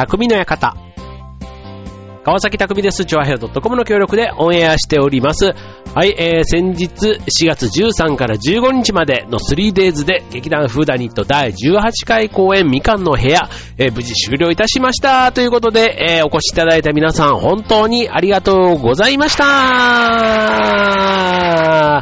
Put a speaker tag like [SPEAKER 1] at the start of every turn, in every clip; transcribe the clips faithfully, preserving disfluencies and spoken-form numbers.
[SPEAKER 1] 匠の館。川崎匠です。チョアヘア .com の協力でオンエアしております。はい、えー、先日しがつじゅうさんからじゅうごにちまでの スリーデイズ で劇団フーダニットだいじゅうはちかい公演みかんの部屋、えー、無事終了いたしました。ということで、えー、お越しいただいた皆さん本当にありがとうございました。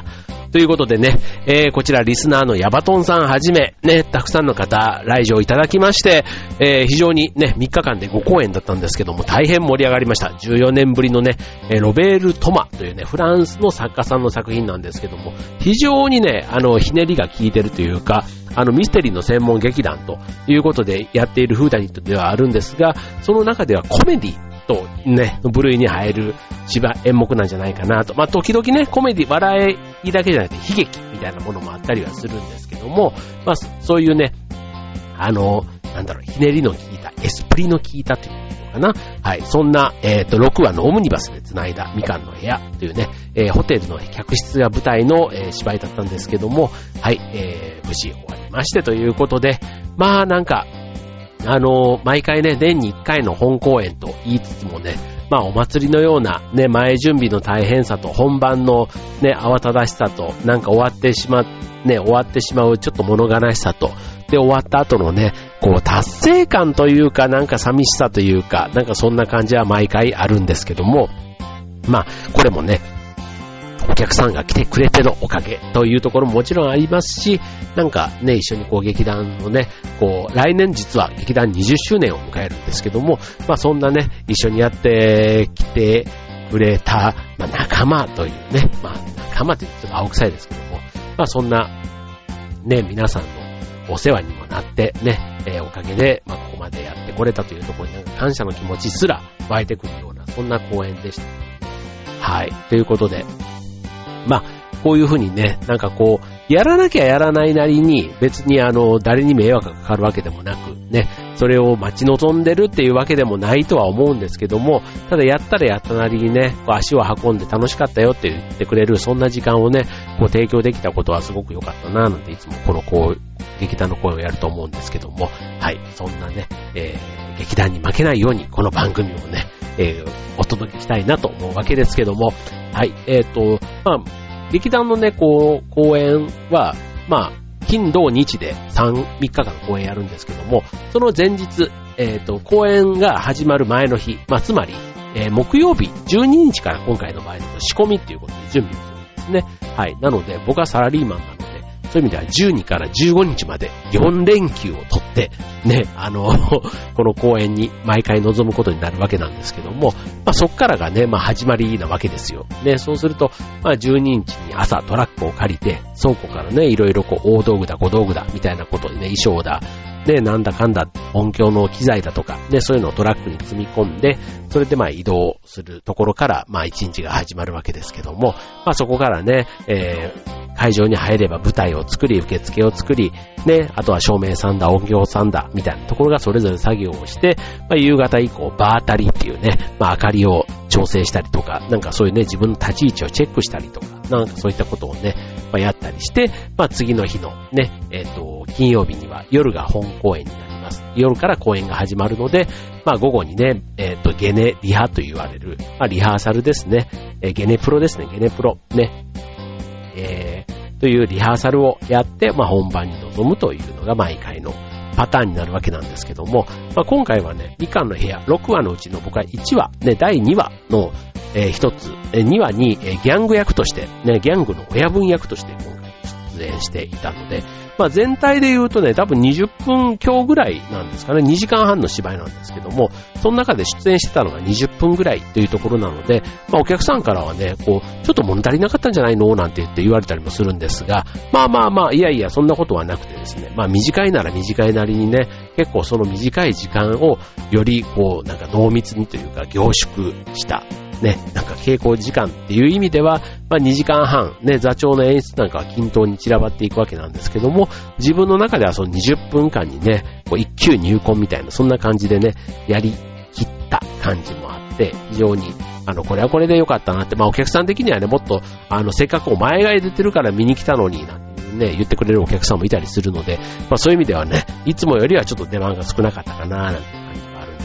[SPEAKER 1] ということでね、えー、こちらリスナーのヤバトンさんはじめ、ね、たくさんの方来場いただきまして、えー、非常にね、みっかかんでごこうえんだったんですけども、大変盛り上がりました。じゅうよねんぶりのね、えー、ロベール・トマというね、フランスの作家さんの作品なんですけども、非常にね、あの、ひねりが効いてるというか、あの、ミステリーの専門劇団ということでやっているフーダニットではあるんですが、その中ではコメディとね、部類に入る芝演目なんじゃないかなと。まあ、時々ね、コメディ、笑いだけじゃなくて悲劇みたいなものもあったりはするんですけども、まあ、そういうね、あの、なんだろう、ひねりの効いた、エスプリの効いたというのかな。はい、そんな、えっと、ろくわのオムニバスで繋いだみかんの部屋というね、えー、ホテルの客室が舞台の、えー、芝居だったんですけども、はい、えー、無事終わりましてということで、まあ、なんか、あの、毎回ね、年にいっかいの本公演と言いつつもね、まあお祭りのようなね、前準備の大変さと本番のね、慌ただしさと、なんか終わってしまう、ね、終わってしまうちょっと物悲しさと、で終わった後のね、こう達成感というか、なんか寂しさというか、なんかそんな感じは毎回あるんですけども、まあこれもね、お客さんが来てくれてのおかげというところももちろんありますし、なんかね、一緒にこう劇団のね、こう来年実は劇団にじゅっしゅうねんを迎えるんですけども、まあそんなね、一緒にやってきてくれた、まあ、仲間というね、まあ仲間というと青臭いですけども、まあそんなね、皆さんのお世話にもなってね、えー、おかげで、まあここまでやってこれたというところになんか感謝の気持ちすら湧いてくるような、そんな公演でした。はい。ということで、まあ、こういうふうにね、なんかこう、やらなきゃやらないなりに、別にあの、誰に迷惑がかかるわけでもなく、ね、それを待ち望んでるっていうわけでもないとは思うんですけども、ただやったらやったなりにね、こう足を運んで楽しかったよって言ってくれる、そんな時間をね、こう提供できたことはすごく良かったな、なんていつもこのこう、劇団の声をやると思うんですけども、はい、そんなね、えー、劇団に負けないように、この番組をね、えー、お届けしたいなと思うわけですけども、はい、えっと、まあ、劇団のね、こう、公演は、まあ、金土日でさん、みっかかん公演やるんですけども、その前日、えっと、公演が始まる前の日、まあ、つまり、えー、木曜日じゅうににちから今回の場合の仕込みっていうことで準備をするんですね。はい。なので、僕はサラリーマンなので、そういう意味ではじゅうにからじゅうごにちまでよんれんきゅうを取って、ね、あの、この公演に毎回臨むことになるわけなんですけども、まあそっからがね、まあ始まりなわけですよ。ね、そうすると、まあじゅうににちに朝トラックを借りて、倉庫からね、いろいろこう大道具だ、小道具だ、みたいなことでね、衣装だ、ね、なんだかんだ音響の機材だとか、ね、そういうのをトラックに積み込んで、それでまあ移動するところから、まあ一日が始まるわけですけども、まあそこからね、えー、会場に入れば舞台を作り、受付を作り、ね、あとは照明さんだ、音響さんだ、みたいなところがそれぞれ作業をして、まあ夕方以降、場当たりっていうね、まあ明かりを調整したりとか、なんかそういうね、自分の立ち位置をチェックしたりとか、なんかそういったことをね、まあやったりして、まあ次の日のね、えっと、金曜日には夜が本公演になります。夜から公演が始まるので、まあ午後にね、えっと、ゲネリハと言われる、まあリハーサルですね、えー、ゲネプロですね、ゲネプロ、ね、えー、というリハーサルをやって、まあ本番に臨むというのが毎回のパターンになるわけなんですけども、まあ今回はね、みかんの部屋、ろくわのうちの僕はいちわ、ね、だいにわの、えー、ひとつ、えー、にわに、えー、ギャング役として、ね、ギャングの親分役として今回出演していたので、まあ全体で言うとね、多分にじゅっぷんきょうぐらいなんですかね、にじかんはんの芝居なんですけども、その中で出演してたのがにじゅっぷんぐらいというところなので、まあお客さんからはね、こう、ちょっと物足りなかったんじゃないのなんて言って言われたりもするんですが、まあまあまあ、いやいや、そんなことはなくてですね、まあ短いなら短いなりにね、結構その短い時間をよりこう、なんか濃密にというか凝縮した、ね、なんか稽古時間っていう意味では、まあにじかんはん、ね、座長の演出なんかは均等に散らばっていくわけなんですけども、自分の中ではそのにじゅっぷんかんにね、こう一級入魂みたいな、そんな感じでね、やりきった感じもあって、非常に、あの、これはこれで良かったなって、まあお客さん的にはね、もっと、あの、せっかくお前が出てるから見に来たのに、なんていうね、言ってくれるお客さんもいたりするので、まあそういう意味ではね、いつもよりはちょっと出番が少なかったかな、なんて感じがあるんで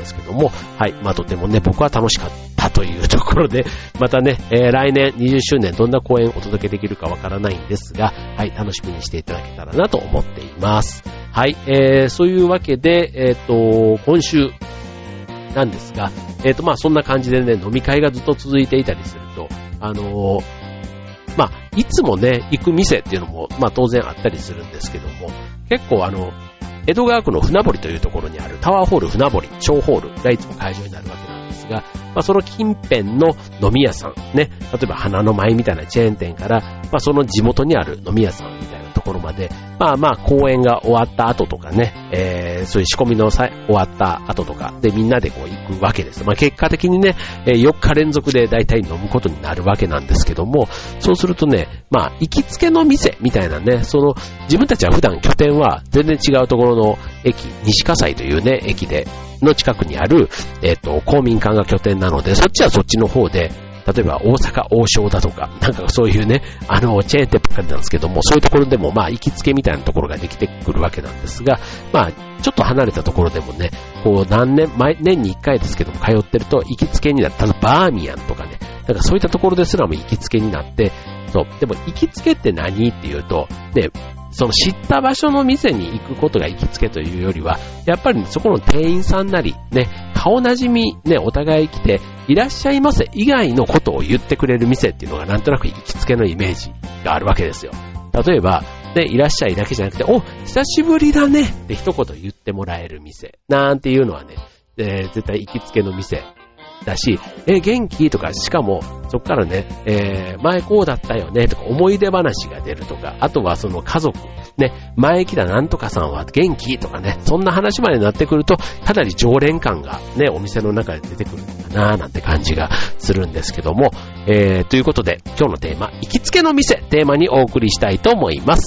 [SPEAKER 1] ですけども、はい、まあとてもね、僕は楽しかったというところで、またね、えー、来年にじゅっしゅうねんどんな公演をお届けできるかわからないんですが、はい、楽しみにしていただけたらなと思っています。はい、えー、そういうわけで、えっと、今週なんですが、えっと、まあそんな感じでね、飲み会がずっと続いていたりすると、あのー、まあ、いつもね、行く店っていうのも、まあ当然あったりするんですけども、結構あの、江戸川区の船堀というところにあるタワーホール船堀小ホールがいつも会場になるわけなんですが、まあその近辺の飲み屋さん、ね、例えば花の舞みたいなチェーン店から、まあその地元にある飲み屋さんみたいなところまで、まあまあ公演が終わった後とかね、えー、そういう仕込みのさ終わった後とかでみんなでこう行くわけです。まあ結果的にね、よっか連続で大体飲むことになるわけなんですけども、そうするとね、まあ行きつけの店みたいなね、その自分たちは普段拠点は全然違うところの駅、西葛西というね、駅での近くにある、えっと、公民館が拠点なので、そっちはそっちの方で、例えば大阪王将だとか、なんかそういうね、あの、チェーン店ばっかりなんですけども、そういうところでもまあ行きつけみたいなところができてくるわけなんですが、まあ、ちょっと離れたところでもね、こう何年、毎年にいっかいですけども通ってると行きつけになる。ただバーミヤンとかね、なんかそういったところですらも行きつけになって、そう、でも行きつけって何っていうと、ね、その知った場所の店に行くことが行きつけというよりは、やっぱり、ね、そこの店員さんなり、ね、顔なじみ、ね、お互い来て、いらっしゃいませ以外のことを言ってくれる店っていうのがなんとなく行きつけのイメージがあるわけですよ。例えば、ね、いらっしゃいだけじゃなくて、お、久しぶりだねって一言言ってもらえる店なんていうのはね、えー、絶対行きつけの店だし、え、元気とか、しかも、そっからね、えー、前こうだったよねとか、思い出話が出るとか、あとはその家族、ね、前来たなんとかさんは元気とかね、そんな話までなってくると、かなり常連感がね、お店の中で出てくるんだなぁなんて感じがするんですけども、えー、ということで、今日のテーマ、行きつけの店、テーマにお送りしたいと思います。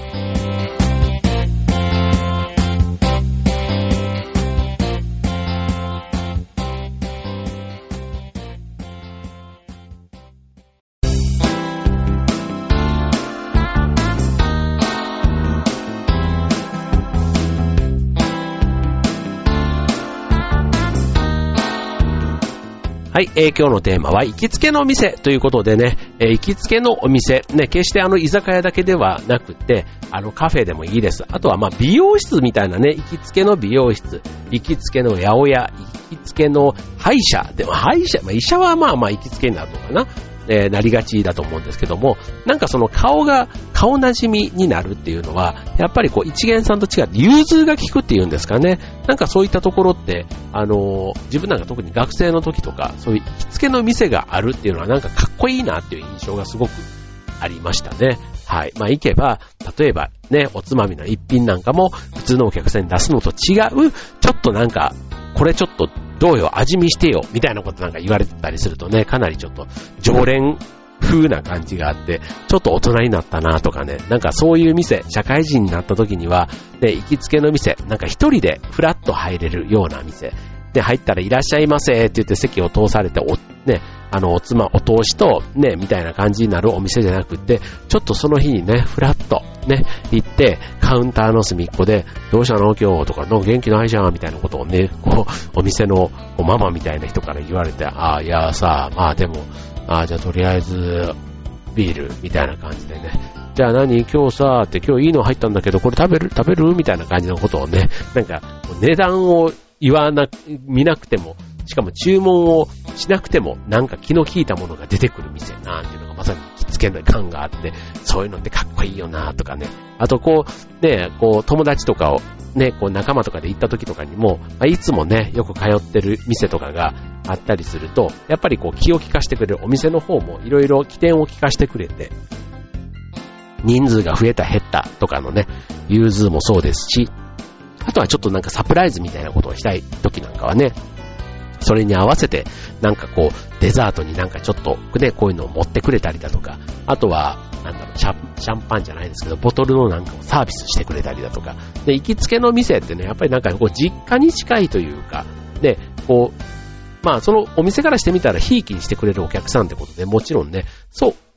[SPEAKER 1] はい、えー、今日のテーマは行きつけのお店ということでね、えー、行きつけのお店、ね、決してあの居酒屋だけではなくて、あのカフェでもいいです。あとはまあ美容室みたいなね、行きつけの美容室、行きつけの八百屋、行きつけの歯医者、でも歯医者、まあ、医者はまあまあ行きつけになるのかな。えー、なりがちだと思うんですけども、なんかその顔が、顔なじみになるっていうのは、やっぱりこう一元さんと違って融通が利くっていうんですかね。なんかそういったところって、あのー、自分なんか特に学生の時とか、そういう行きつけの店があるっていうのはなんかかっこいいなっていう印象がすごくありましたね。はい。まあ行けば、例えばね、おつまみの一品なんかも普通のお客さんに出すのと違う、ちょっとなんか、これちょっとどうよ、味見してよ、みたいなことなんか言われてたりするとね、かなりちょっと常連風な感じがあって、ちょっと大人になったなとかね、なんかそういう店、社会人になった時には、ね、行きつけの店、なんか一人でフラッと入れるような店、で、入ったらいらっしゃいませって言って席を通されて、お、ね、あの、おつま、お通しと、ね、みたいな感じになるお店じゃなくて、ちょっとその日にね、フラッと、ね、行って、カウンターの隅っこで、どうしたの今日とか、の元気ないじゃんみたいなことをね、こう、お店のこうママみたいな人から言われて、ああ、いやさ、まあでも、ああ、じゃあとりあえず、ビール、みたいな感じでね、じゃあ何今日さ、って今日いいの入ったんだけど、これ食べる食べるみたいな感じのことをね、なんか、値段を言わな、見なくても、しかも注文をしなくても、なんか気の利いたものが出てくる店なんていうのがまさに行きつけの感があって、そういうのってかっこいいよなとかね。あとこう、ね、こう友達とかを、ね、こう仲間とかで行った時とかにも、まあ、いつもね、よく通ってる店とかがあったりすると、やっぱりこう気を利かしてくれるお店の方もいろいろ起点を利かしてくれて、人数が増えた減ったとかのね、融通もそうですし、あとはちょっとなんかサプライズみたいなことをしたい時なんかはね、それに合わせてなんかこうデザートになんかちょっとね、こういうのを持ってくれたりだとか、あとはなんだろう、シャン、シャンパンじゃないですけど、ボトルのなんかをサービスしてくれたりだとか、で、行きつけの店ってね、やっぱりなんかこう実家に近いというか、で、こう、まあそのお店からしてみたらひいきにしてくれるお客さんってことで、もちろんね、そう、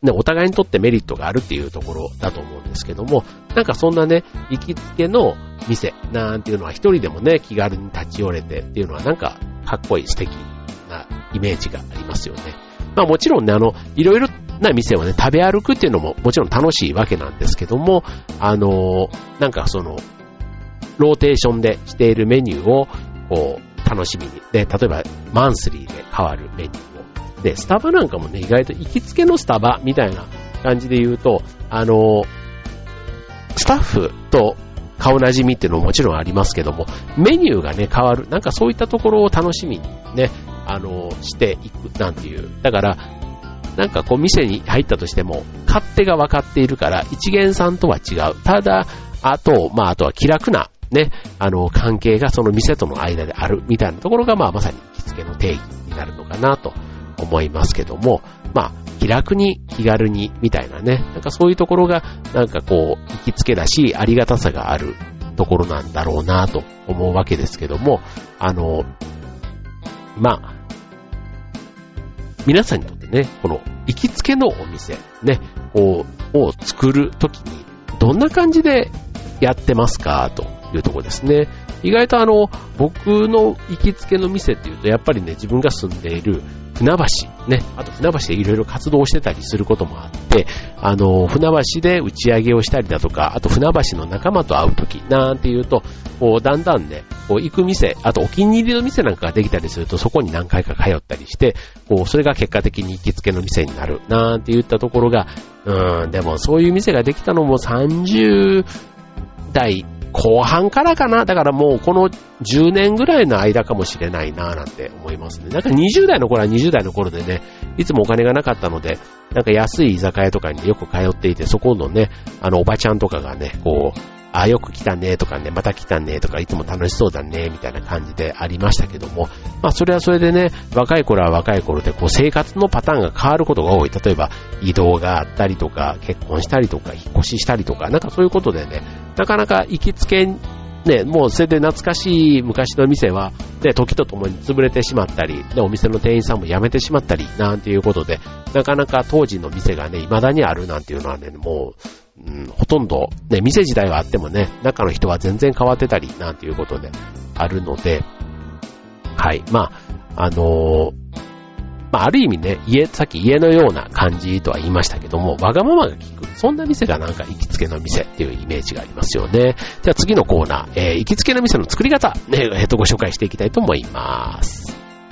[SPEAKER 1] ね、お互いにとってメリットがあるっていうところだと思うんですけども、なんかそんなね、行きつけの店なんていうのは一人でもね、気軽に立ち寄れてっていうのはなんかかっこいい素敵なイメージがありますよね。まあもちろんね、あの、いろいろな店をね、食べ歩くっていうのももちろん楽しいわけなんですけども、あの、なんかその、ローテーションでしているメニューを、こう、楽しみに。で、例えば、マンスリーで変わるメニューを。で、スタバなんかもね、意外と行きつけのスタバみたいな感じで言うと、あの、スタッフと顔なじみっていうのももちろんありますけども、メニューがね、変わる。なんかそういったところを楽しみにね、あの、していくなんていう。だから、なんかこう店に入ったとしても、勝手が分かっているから、一元さんとは違う。ただ、あと、まあ、あとは気楽な、ね、あの、関係がその店との間であるみたいなところが、まあ、まさに行きつけの定義になるのかなと思いますけども、まあ、気楽に、気軽に、みたいなね、なんかそういうところが、なんかこう、行きつけだし、ありがたさがあるところなんだろうなと思うわけですけども、あの、まあ、皆さんにとってね、この行きつけのお店、ね、こう、を作るときに、どんな感じでやってますかというところですね。意外とあの、僕の行きつけの店っていうと、やっぱりね、自分が住んでいる船橋、ね、あと船橋でいろいろ活動してたりすることもあって、あの、船橋で打ち上げをしたりだとか、あと船橋の仲間と会うときなんていうと、こう、だんだんね、こう、行く店、あとお気に入りの店なんかができたりすると、そこに何回か通ったりして、こう、それが結果的に行きつけの店になる、なんて言ったところが、うーん、でもそういう店ができたのもさんじゅう代後半からかな。だからもうこのじゅうねんぐらいの間かもしれないななんて思いますね。なんかにじゅう代の頃はにじゅう代の頃でね、いつもお金がなかったので、なんか安い居酒屋とかによく通っていて、そこのね、あのおばちゃんとかがね、こう、あ、よく来たねとかね、また来たねとか、いつも楽しそうだねみたいな感じでありましたけども、まあそれはそれでね、若い頃は若い頃でこう生活のパターンが変わることが多い。例えば移動があったりとか、結婚したりとか、引っ越ししたりとか、なんかそういうことでね、なかなか行きつけね、もうそれで懐かしい昔の店は、ね、時とともに潰れてしまったり、ね、お店の店員さんも辞めてしまったり、なんていうことで、なかなか当時の店がね、未だにあるなんていうのはね、もう、うん、ほとんど、ね、店自体はあってもね、中の人は全然変わってたり、なんていうことであるので、はい、まあ、あのー、まあ、ある意味ね、家、さっき家のような感じとは言いましたけども、わがままが効く、そんな店がなんか行きつけの店っていうイメージがありますよね。じゃあ次のコーナー、えー、行きつけの店の作り方、ね、えっと、ご紹介していきたいと思います。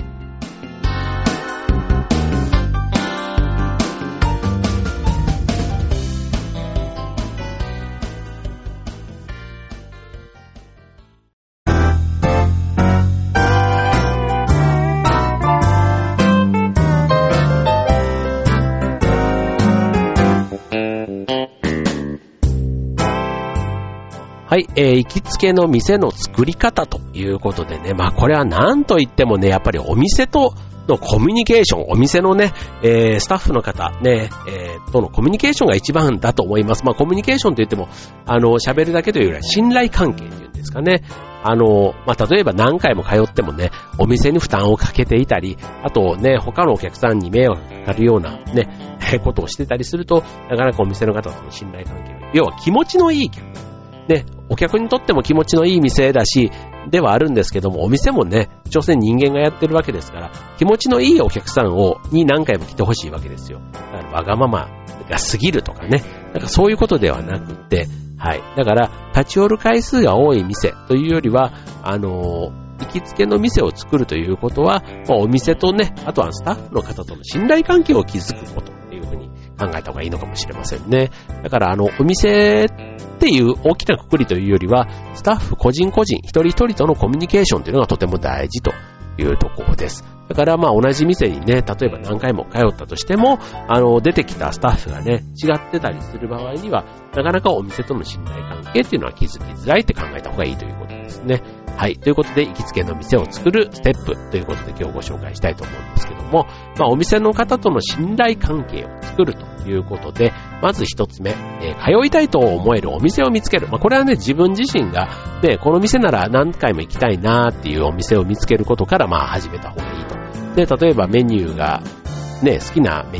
[SPEAKER 1] はい、えー、行きつけの店の作り方ということでね、まあこれは何と言ってもね、やっぱりお店とのコミュニケーション、お店のね、えー、スタッフの方ね、えー、とのコミュニケーションが一番だと思います。まあコミュニケーションと言っても、あの、喋るだけというよりは信頼関係っていうんですかね。あの、まあ例えば何回も通ってもね、お店に負担をかけていたり、あとね、他のお客さんに迷惑がかかるようなね、ことをしてたりすると、なかなかお店の方との信頼関係が、要は気持ちのいい客。ね、お客にとっても気持ちのいい店だし、ではあるんですけども、お店もね、所詮人間がやってるわけですから、気持ちのいいお客さんを、に何回も来てほしいわけですよ。だからわがままが過ぎるとかね、なんかそういうことではなくって、はい。だから、立ち寄る回数が多い店というよりは、あのー、行きつけの店を作るということは、まあ、お店とね、あとはスタッフの方との信頼関係を築くことっていうふうに考えた方がいいのかもしれませんね。だから、あの、お店っていう大きな括りというよりは、スタッフ個人個人、一人一人とのコミュニケーションというのがとても大事というところです。だからまあ同じ店にね、例えば何回も通ったとしても、あの、出てきたスタッフがね、違ってたりする場合には、なかなかお店との信頼関係っていうのは築きづらいって考えた方がいいということですね。はい。ということで、行きつけの店を作るステップということで今日ご紹介したいと思うんですけども、まあお店の方との信頼関係を作るということで、まず一つ目、えー、通いたいと思えるお店を見つける。まあこれはね、自分自身が、ね、この店なら何回も行きたいなーっていうお店を見つけることからまあ始めた方がいいと。で、例えばメニューが、ね、好きなメニューがある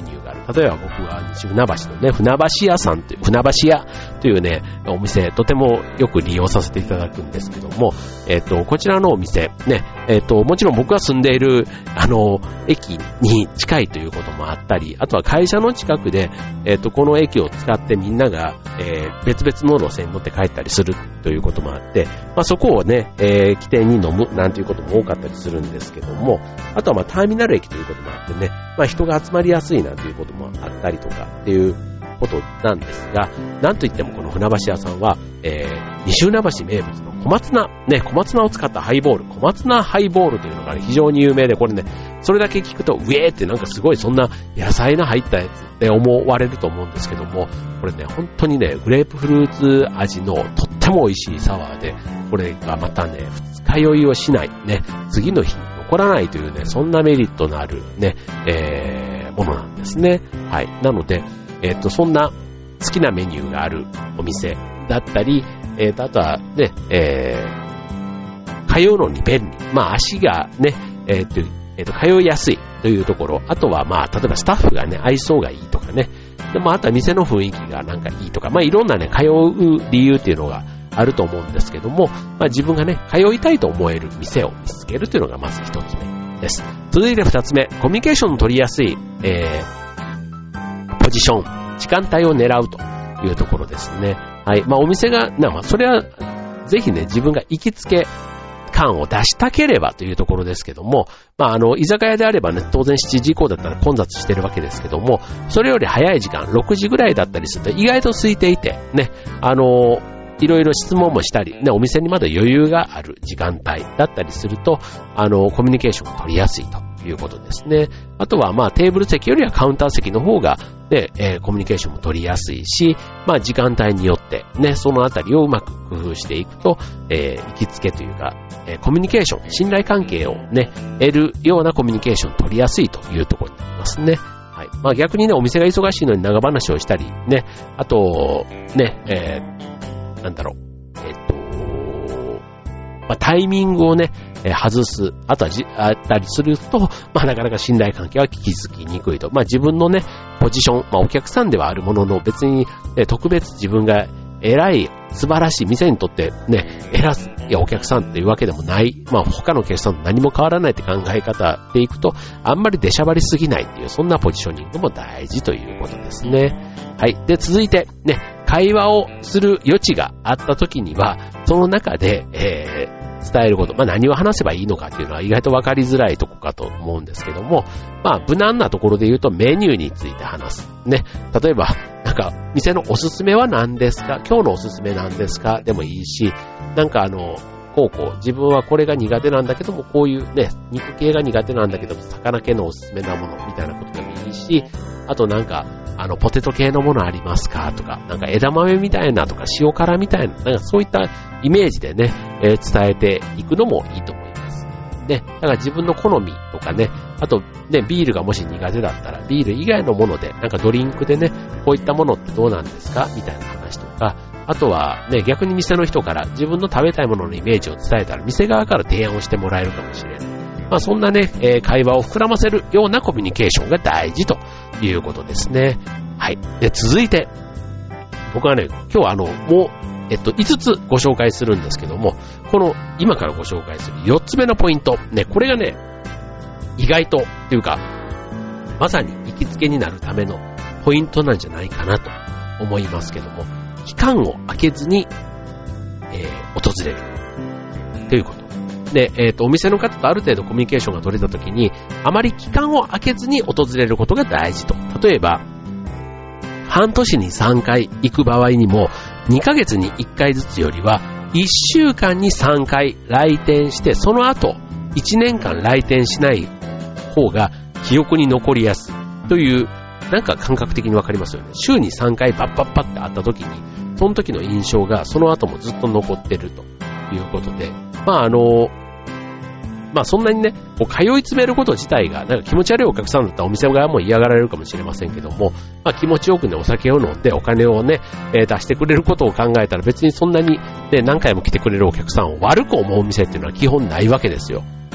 [SPEAKER 1] 例えば僕は西船橋のね、船橋屋さんという、船橋屋というね、お店、とてもよく利用させていただくんですけども、えっと、こちらのお店、ね、えっと、もちろん僕が住んでいる、あの、駅に近いということもあったり、あとは会社の近くで、えっと、この駅を使ってみんなが、えー、別々の路線に乗って帰ったりするということもあって、まあ、そこをね、えー、起点に飲むなんていうことも多かったりするんですけども、あとはまあターミナル駅ということもあってね、まあ、人が集まりやすいなんていうこともあったりとかっていうことなんですが、なんといってもこの船橋屋さんは、えー、西船橋名物の小松菜、ね、小松菜を使ったハイボール、小松菜ハイボールというのが、ね、非常に有名で、これね、それだけ聞くと、ウェーってなんかすごいそんな野菜の入ったやつって思われると思うんですけども、これね、本当にね、グレープフルーツ味のとっても美味しいサワーで、これがまたね、二日酔いをしない、ね、次の日に残らないというね、そんなメリットのあるね、えー、ものなんですね。はい。なので、えっと、そんな好きなメニューがあるお店だったり、えっと、あとはね、えー、通うのに便利。まあ、足がね、えっと、えっと、通いやすいというところ。あとは、まあ、例えばスタッフがね、愛想がいいとかね。でも、あとは店の雰囲気がなんかいいとか、まあ、いろんなね、通う理由っていうのがあると思うんですけども、まあ、自分がね、通いたいと思える店を見つけるというのがまず一つ目です。続いて二つ目、コミュニケーションの取りやすい、えー、ポジション、時間帯を狙うというところですね。はい。まあ、お店が、まあ、それは、ぜひね、自分が行きつけ感を出したければというところですけども、まあ、あの、居酒屋であればね、当然しちじ以降だったら混雑してるわけですけども、それより早い時間、ろくじぐらいだったりすると意外と空いていて、ね、あの、いろいろ質問もしたり、ね、お店にまだ余裕がある時間帯だったりすると、あの、コミュニケーションが取りやすいということですね。あとは、まあ、テーブル席よりはカウンター席の方が、ね、えー、コミュニケーションも取りやすいし、まあ、時間帯によって、ね、そのあたりをうまく工夫していくと、えー、行きつけというか、えー、コミュニケーション、信頼関係をね、得るようなコミュニケーションを取りやすいというところになりますね。はい。まあ、逆にね、お店が忙しいのに長話をしたり、ね、あと、ね、えー、なんだろう、えっと、まあ、タイミングをね、えー、外す、あとはじ、あったりすると、まあ、なかなか信頼関係は築きにくいと。まあ、自分のね、ポジション、まあ、お客さんではあるものの、別に、ね、特別自分が偉い、素晴らしい、店にとってね、偉す、いや、お客さんっていうわけでもない、まあ、他のお客さんと何も変わらないって考え方でいくと、あんまり出しゃばりすぎないっていう、そんなポジショニングも大事ということですね。はい。で、続いて、ね、会話をする余地があった時には、その中で、えー、伝えること、まあ、何を話せばいいのかっていうのは意外と分かりづらいとこかと思うんですけども、まあ、無難なところで言うとメニューについて話す。ね。例えば、なんか、店のおすすめは何ですか？今日のおすすめ何ですか？でもいいし、なんかあの、こうこう、自分はこれが苦手なんだけども、こういうね、肉系が苦手なんだけども、魚系のおすすめなものみたいなことでもいいし、あとなんか、あの、ポテト系のものありますかとか、なんか枝豆みたいなとか、塩辛みたいな、なんかそういったイメージでね、えー、伝えていくのもいいと思います。ね、だから自分の好みとかね、あとね、ビールがもし苦手だったら、ビール以外のもので、なんかドリンクでね、こういったものってどうなんですかみたいな話とか、あとはね、逆に店の人から自分の食べたいもののイメージを伝えたら、店側から提案をしてもらえるかもしれない。まあそんなね、えー、会話を膨らませるようなコミュニケーションが大事ということですね。はい。で、続いて、僕はね、今日はあの、もう、えっと、いつつご紹介するんですけども、この、今からご紹介するよっつめのポイント。ね、これがね、意外と、というか、まさに行きつけになるためのポイントなんじゃないかなと思いますけども、期間を空けずに、えー、訪れる。ということ。で、えっと、お店の方とある程度コミュニケーションが取れたときに、あまり期間を空けずに訪れることが大事と。例えば、半年にさんかい行く場合にも、にかげつにいっかいずつよりは、いっしゅうかんにさんかい来店して、その後、いちねんかん来店しない方が記憶に残りやすいという、なんか感覚的にわかりますよね。週にさんかいパッパッパって会った時に、その時の印象がその後もずっと残ってるということで、まああの、まあそんなにね、こう通い詰めること自体がなんか気持ち悪いお客さんだったらお店側も嫌がられるかもしれませんけども、まあ気持ちよくねお酒を飲んでお金をね、えー、出してくれることを考えたら別にそんなにね何回も来てくれるお客さんを悪く思うお店っていうのは基本ないわけですよ。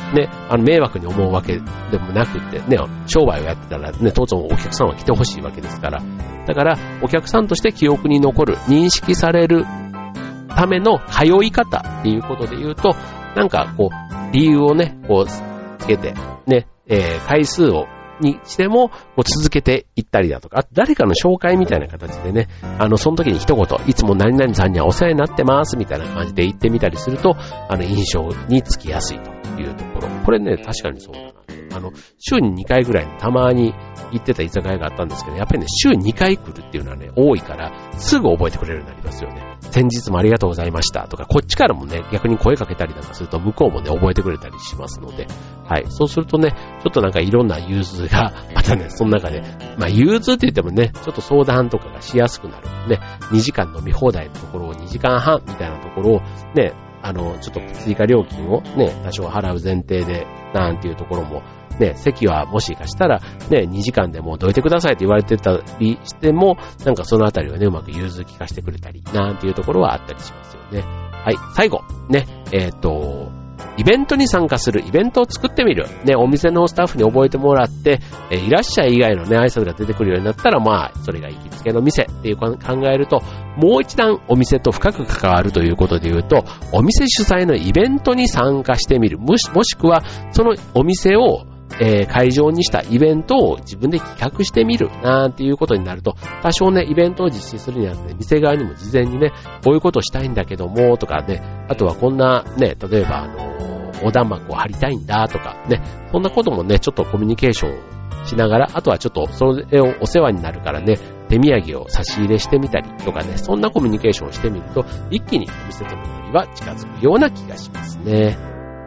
[SPEAKER 1] ね、あの、迷惑に思うわけでもなくって、ね、商売をやってたらね、当然お客さんは来てほしいわけですから。だから、お客さんとして記憶に残る、認識されるための通い方っていうことで言うと、なんかこう、理由をね、こう、つけて、ね、えー、回数を、にしても、こう続けていったりだとか、あと誰かの紹介みたいな形でね、あの、その時に一言、いつも何々さんにはお世話になってますみたいな感じで言ってみたりすると、あの、印象につきやすいというところ。これね、確かにそうだな。あの、週ににかいぐらいにたまに行ってた居酒屋があったんですけど、やっぱりね、週にかい来るっていうのはね、多いから、すぐ覚えてくれるようになりますよね。先日もありがとうございましたとか、こっちからもね、逆に声かけたりなんかすると、向こうもね、覚えてくれたりしますので、はい。そうするとね、ちょっとなんかいろんな融通が、またね、その中で、まあ、融通って言ってもね、ちょっと相談とかがしやすくなる。ね、にじかん飲み放題のところをにじかんはんみたいなところを、ね、あの、ちょっと追加料金をね、多少払う前提で、なんていうところも、ね、席はもしかしたら、ね、にじかんでもうどいてくださいって言われてたりしても、なんかそのあたりをね、うまく融通聞かせてくれたり、なんていうところはあったりしますよね。はい、最後、ね、えっと、イベントに参加する、イベントを作ってみる。ね、お店のスタッフに覚えてもらって、えいらっしゃい以外のね、挨拶が出てくるようになったら、まあ、それが行きつけの店っていう考えると、もう一段お店と深く関わるということで言うと、お店主催のイベントに参加してみる。もし、もしくは、そのお店を、えー、会場にしたイベントを自分で企画してみるなんていうことになると、多少ね、イベントを実施するにはね、店側にも事前にね、こういうことをしたいんだけども、とかね、あとはこんなね、例えばあのー、横断幕を貼りたいんだとかね、そんなこともね、ちょっとコミュニケーションしながら、あとはちょっとそれをお世話になるからね、手土産を差し入れしてみたりとかね、そんなコミュニケーションをしてみると、一気にお店との距離は近づくような気がしますね。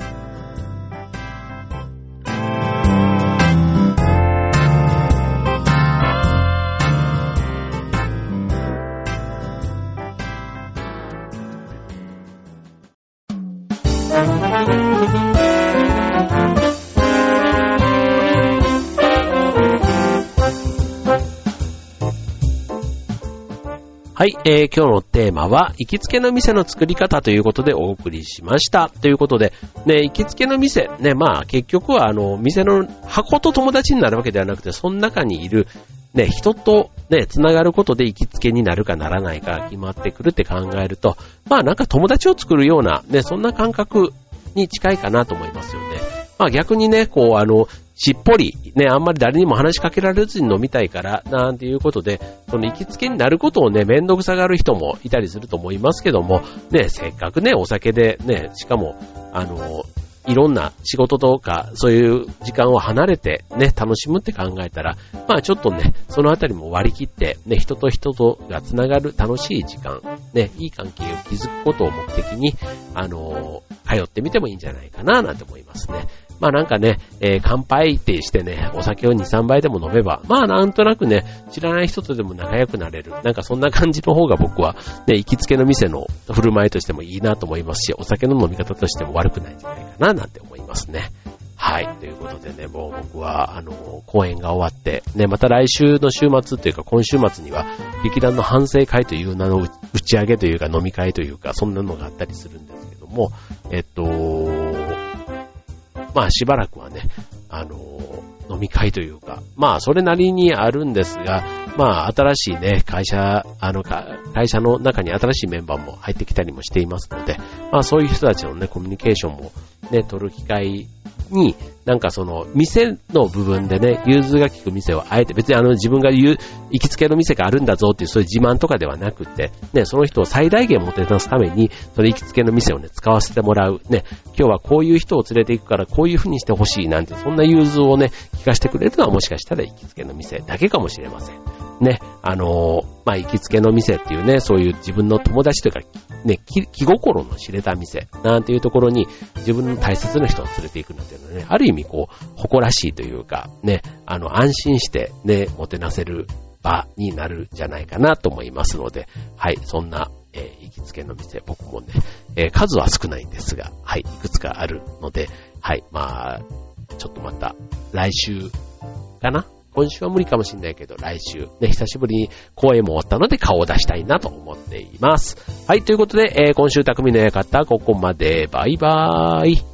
[SPEAKER 1] はい、えー、今日のテーマは行きつけの店の作り方ということでお送りしました。ということで、ね、行きつけの店、ね、まあ結局はあの店の箱と友達になるわけではなくて、その中にいるね、人とね、つながることで行きつけになるかならないか決まってくるって考えると、まあなんか友達を作るようなね、そんな感覚に近いかなと思いますよね。まあ逆にね、こうあのしっぽりね、あんまり誰にも話しかけられずに飲みたいからなんていうことで、その行きつけになることをね、めんどくさがる人もいたりすると思いますけども、ね、せっかくね、お酒でね、しかもあのいろんな仕事とかそういう時間を離れてね、楽しむって考えたら、まあちょっとね、そのあたりも割り切ってね、人と人とがつながる楽しい時間、ね、いい関係を築くことを目的にあの通ってみてもいいんじゃないかななんて思いますね。まあなんかね、えー、乾杯ってしてね、お酒をに、さんばいでも飲めば、まあなんとなくね、知らない人とでも仲良くなれる。なんかそんな感じの方が僕はね、行きつけの店の振る舞いとしてもいいなと思いますし、お酒の飲み方としても悪くないんじゃないかななんて思いますね。はい。ということでね、もう僕は、あの、公演が終わって、ね、また来週の週末というか今週末には、劇団の反省会という名の打ち上げというか飲み会というか、そんなのがあったりするんですけども、えっと、まあしばらくはね、あのー、飲み会というか、まあそれなりにあるんですが、まあ新しいね、会社、あのか、会社の中に新しいメンバーも入ってきたりもしていますので、まあそういう人たちのね、コミュニケーションもね、取る機会に、なんかその、店の部分でね、融通が利く店をあえて、別にあの自分が言う、行きつけの店があるんだぞっていうそういう自慢とかではなくて、ね、その人を最大限もてなすために、その行きつけの店をね、使わせてもらう。ね、今日はこういう人を連れて行くからこういう風にしてほしいなんて、そんな融通をね、聞かせてくれるのはもしかしたら行きつけの店だけかもしれません。ね、あのー、まあ、行きつけの店っていうね、そういう自分の友達というか、ね、気、気心の知れた店なんていうところに自分の大切な人を連れて行くなんていうのはね、ある意味こう、誇らしいというか、ね、あの、安心してね、もてなせる場になるんじゃないかなと思いますので、はい、そんな、えー、行きつけの店、僕もね、えー、数は少ないんですが、はい、いくつかあるので、はい、まあ、ちょっとまた、来週かな？今週は無理かもしれないけど、来週、ね、久しぶりに公演も終わったので顔を出したいなと思っています。はい、ということで、えー、今週匠の館、ここまで。バイバーイ。